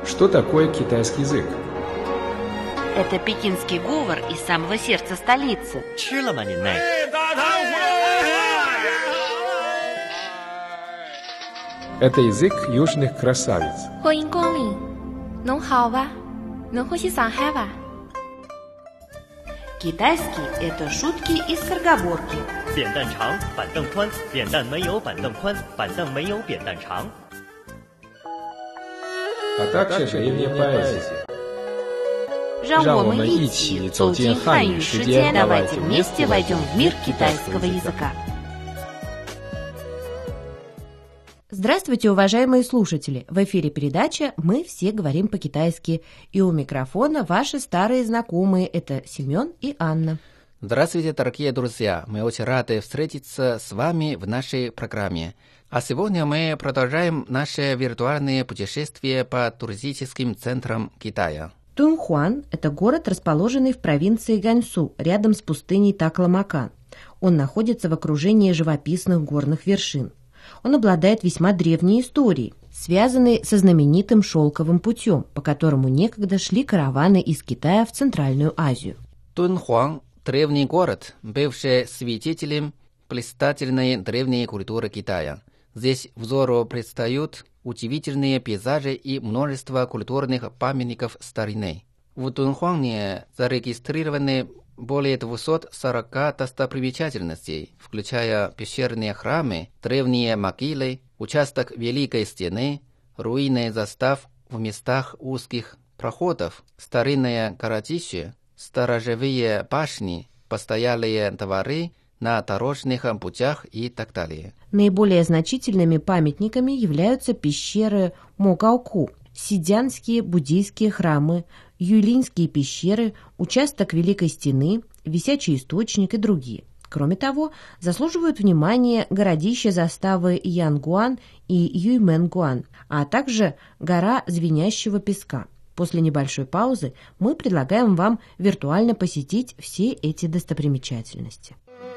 Что такое китайский язык? Это пекинский говор из самого сердца столицы. Это язык южных красавиц. Китайский – это шутки и скороговорки. А также древняя поэзия. 让我们一起走进汉语世界， давайте вместе войдем в мир китайского языка. Здравствуйте, уважаемые слушатели! В эфире передача «Мы все говорим по-китайски». И у микрофона ваши старые знакомые – это Семен и Анна. Здравствуйте, дорогие друзья! Мы очень рады встретиться с вами в нашей программе. А сегодня мы продолжаем наше виртуальное путешествие по туристическим центрам Китая. Тунхуан – это город, расположенный в провинции Ганьсу, рядом с пустыней Такламакан. Он находится в окружении живописных горных вершин. Он обладает весьма древней историей, связанной со знаменитым шелковым путем, по которому некогда шли караваны из Китая в Центральную Азию. Тунхуан – древний город, бывший свидетелем блистательной древней культуры Китая. Здесь взору предстают удивительные пейзажи и множество культурных памятников старины. В Тунхуане зарегистрированы более 240 достопримечательностей, включая пещерные храмы, древние могилы, участок Великой Стены, руины застав в местах узких проходов, старинное городище, сторожевые башни, постоялые дворы на дорожных путях и так далее. Наиболее значительными памятниками являются пещеры Могауку, сидзянские буддийские храмы, юйлинские пещеры, участок Великой Стены, висячий источник и другие. Кроме того, заслуживают внимания городища заставы Янгуан и Юйменгуан, а также гора Звенящего песка. После небольшой паузы мы предлагаем вам виртуально посетить все эти достопримечательности.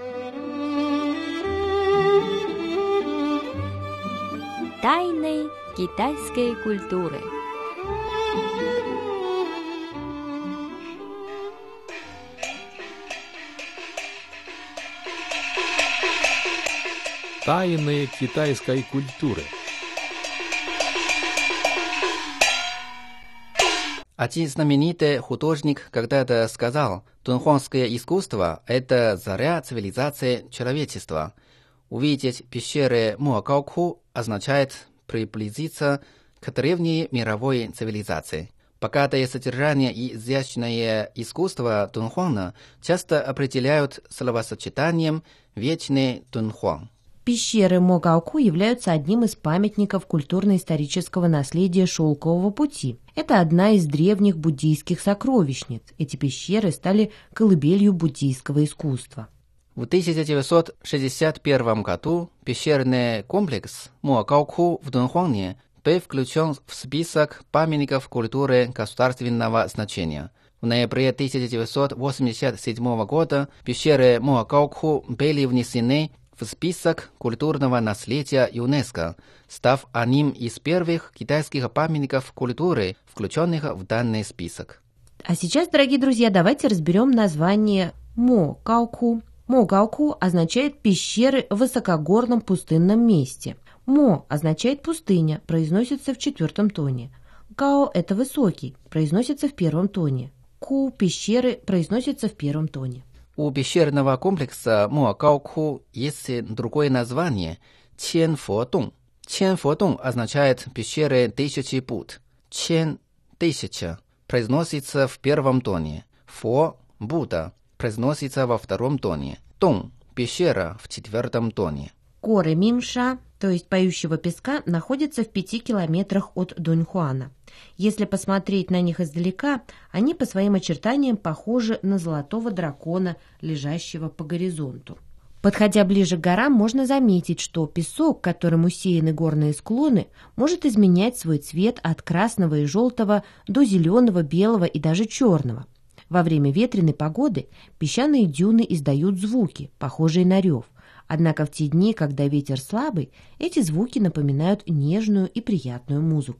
Тайны китайской культуры. Тайны китайской культуры. Один знаменитый художник когда-то сказал: «Тунхуанское искусство – это заря цивилизации человечества». Увидеть пещеры Могауку означает приблизиться к древней мировой цивилизации. Богатое содержание и изящное искусство Тунхуана часто определяют словосочетанием «Вечный Тунхуан». Пещеры Могауку являются одним из памятников культурно-исторического наследия Шелкового пути. Это одна из древних буддийских сокровищниц. Эти пещеры стали колыбелью буддийского искусства. В 1961 году пещерный комплекс Могауку в Тунхуане был включен в список памятников культуры государственного значения. В ноябре 1987 года пещеры Могауку были внесены в список культурного наследия ЮНЕСКО, став одним из первых китайских памятников культуры, включенных в данный список. А сейчас, дорогие друзья, давайте разберем название Могауку. Могауку означает «пещеры в высокогорном пустынном месте». Мо означает «пустыня», произносится в четвертом тоне. Гао – это «высокий», произносится в первом тоне. Ку – «пещеры», произносится в первом тоне. У пещерного комплекса Могауку есть другое название – Ченфодong. Ченфодong означает «пещеры тысячи пут». Чен – «тысяча» произносится в первом тоне. Фо – «Будда» произносится во втором тоне. Дong – «пещера» в четвертом тоне. Горы Минша, то есть поющего песка, находятся в 5 километрах от Дуньхуана. Если посмотреть на них издалека, они по своим очертаниям похожи на золотого дракона, лежащего по горизонту. Подходя ближе к горам, можно заметить, что песок, которым усеяны горные склоны, может изменять свой цвет от красного и желтого до зеленого, белого и даже черного. Во время ветреной погоды песчаные дюны издают звуки, похожие на рев. Однако в те дни, когда ветер слабый, эти звуки напоминают нежную и приятную музыку.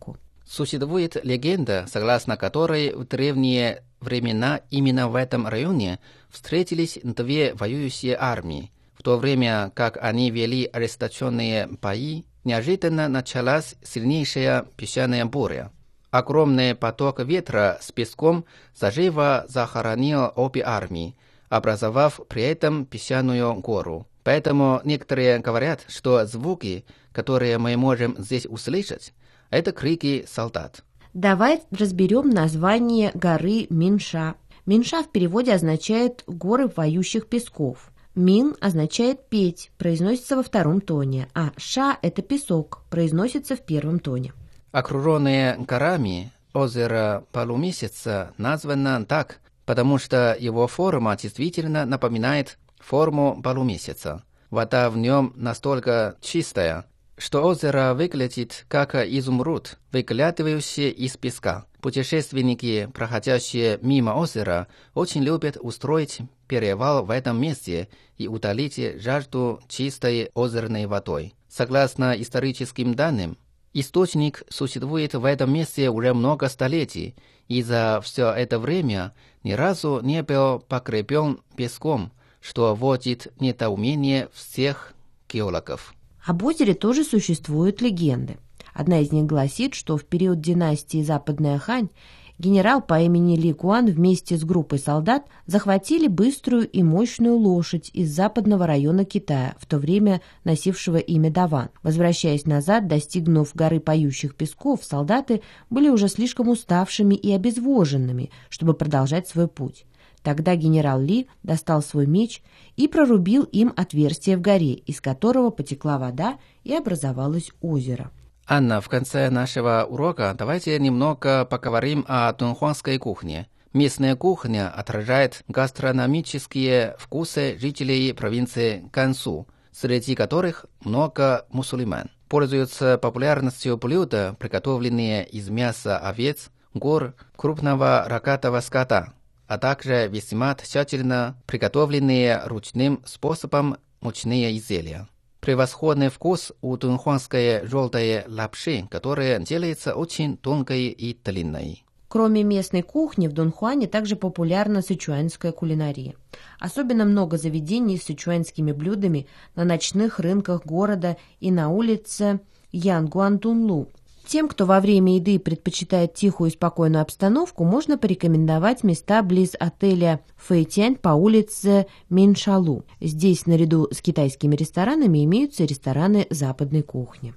Существует легенда, согласно которой в древние времена именно в этом районе встретились две воюющие армии. В то время как они вели ожесточенные бои, неожиданно началась сильнейшая песчаная буря. Огромный поток ветра с песком заживо захоронил обе армии, образовав при этом песчаную гору. Поэтому некоторые говорят, что звуки, которые мы можем здесь услышать, это крики солдат. Давай разберем название горы Минша. Минша в переводе означает «горы воющих песков». Мин означает «петь», произносится во втором тоне, а ша – это песок, произносится в первом тоне. Окруженное горами, озеро Полумесяца названо так, потому что его форма действительно напоминает форму полумесяца. Вода в нем настолько чистая, что озеро выглядит как изумруд, выглядывающий из песка. Путешественники, проходящие мимо озера, очень любят устроить перевал в этом месте и утолить жажду чистой озерной водой. Согласно историческим данным, источник существует в этом месте уже много столетий, и за все это время ни разу не был покрепен песком, что вводит в недоумение всех геологов. Об озере тоже существуют легенды. Одна из них гласит, что в период династии Западная Хань генерал по имени Ли Гуан вместе с группой солдат захватили быструю и мощную лошадь из западного района Китая, в то время носившего имя Даван. Возвращаясь назад, достигнув горы Поющих Песков, солдаты были уже слишком уставшими и обезвоженными, чтобы продолжать свой путь. Тогда генерал Ли достал свой меч и прорубил им отверстие в горе, из которого потекла вода и образовалось озеро. Анна, в конце нашего урока давайте немного поговорим о дунхуанской кухне. Местная кухня отражает гастрономические вкусы жителей провинции Гансу, среди которых много мусульман. Пользуются популярностью блюда, приготовленные из мяса овец, кур, крупного рогатого скота, а также весьма тщательно приготовленные ручным способом мучные изделия. Превосходный вкус у дунхуанской желтой лапши, которая делается очень тонкой и длинной. Кроме местной кухни, в Дунхуане также популярна сычуанская кулинария. Особенно много заведений с сычуанскими блюдами на ночных рынках города и на улице Янгуандунлу. Тем, кто во время еды предпочитает тихую и спокойную обстановку, можно порекомендовать места близ отеля Фэйтянь по улице Миншалу. Здесь наряду с китайскими ресторанами имеются рестораны западной кухни.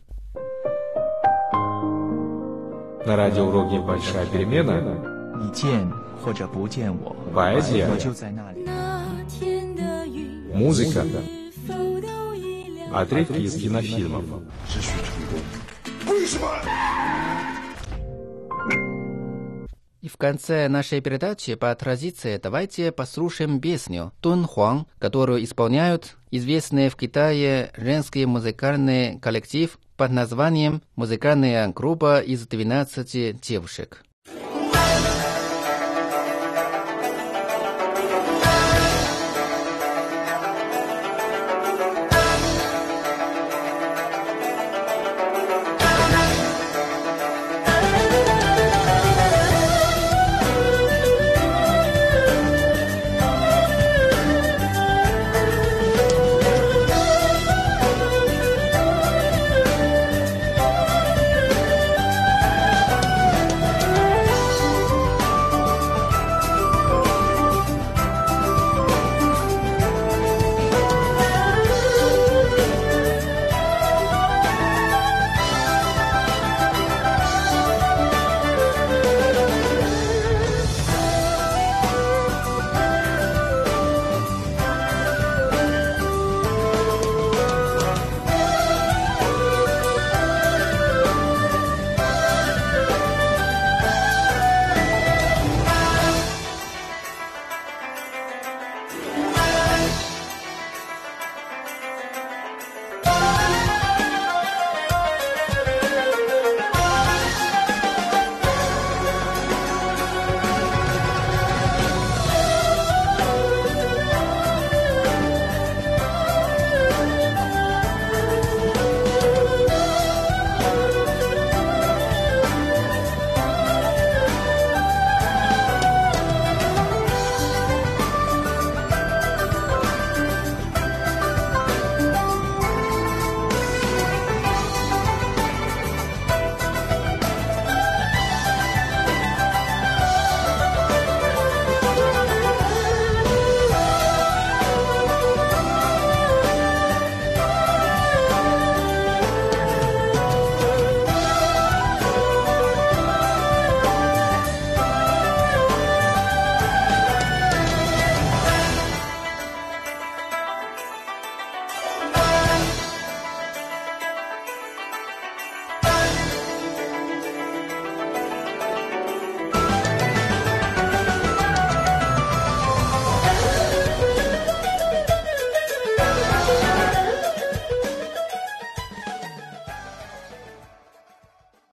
На радиоуроке «Большая перемена» поэзия, музыка, отрывки из кинофильмов. И в конце нашей передачи по традиции давайте послушаем песню «Дунхуан», которую исполняют известный в Китае женский музыкальный коллектив под названием «Музыкальная группа из 12 девушек».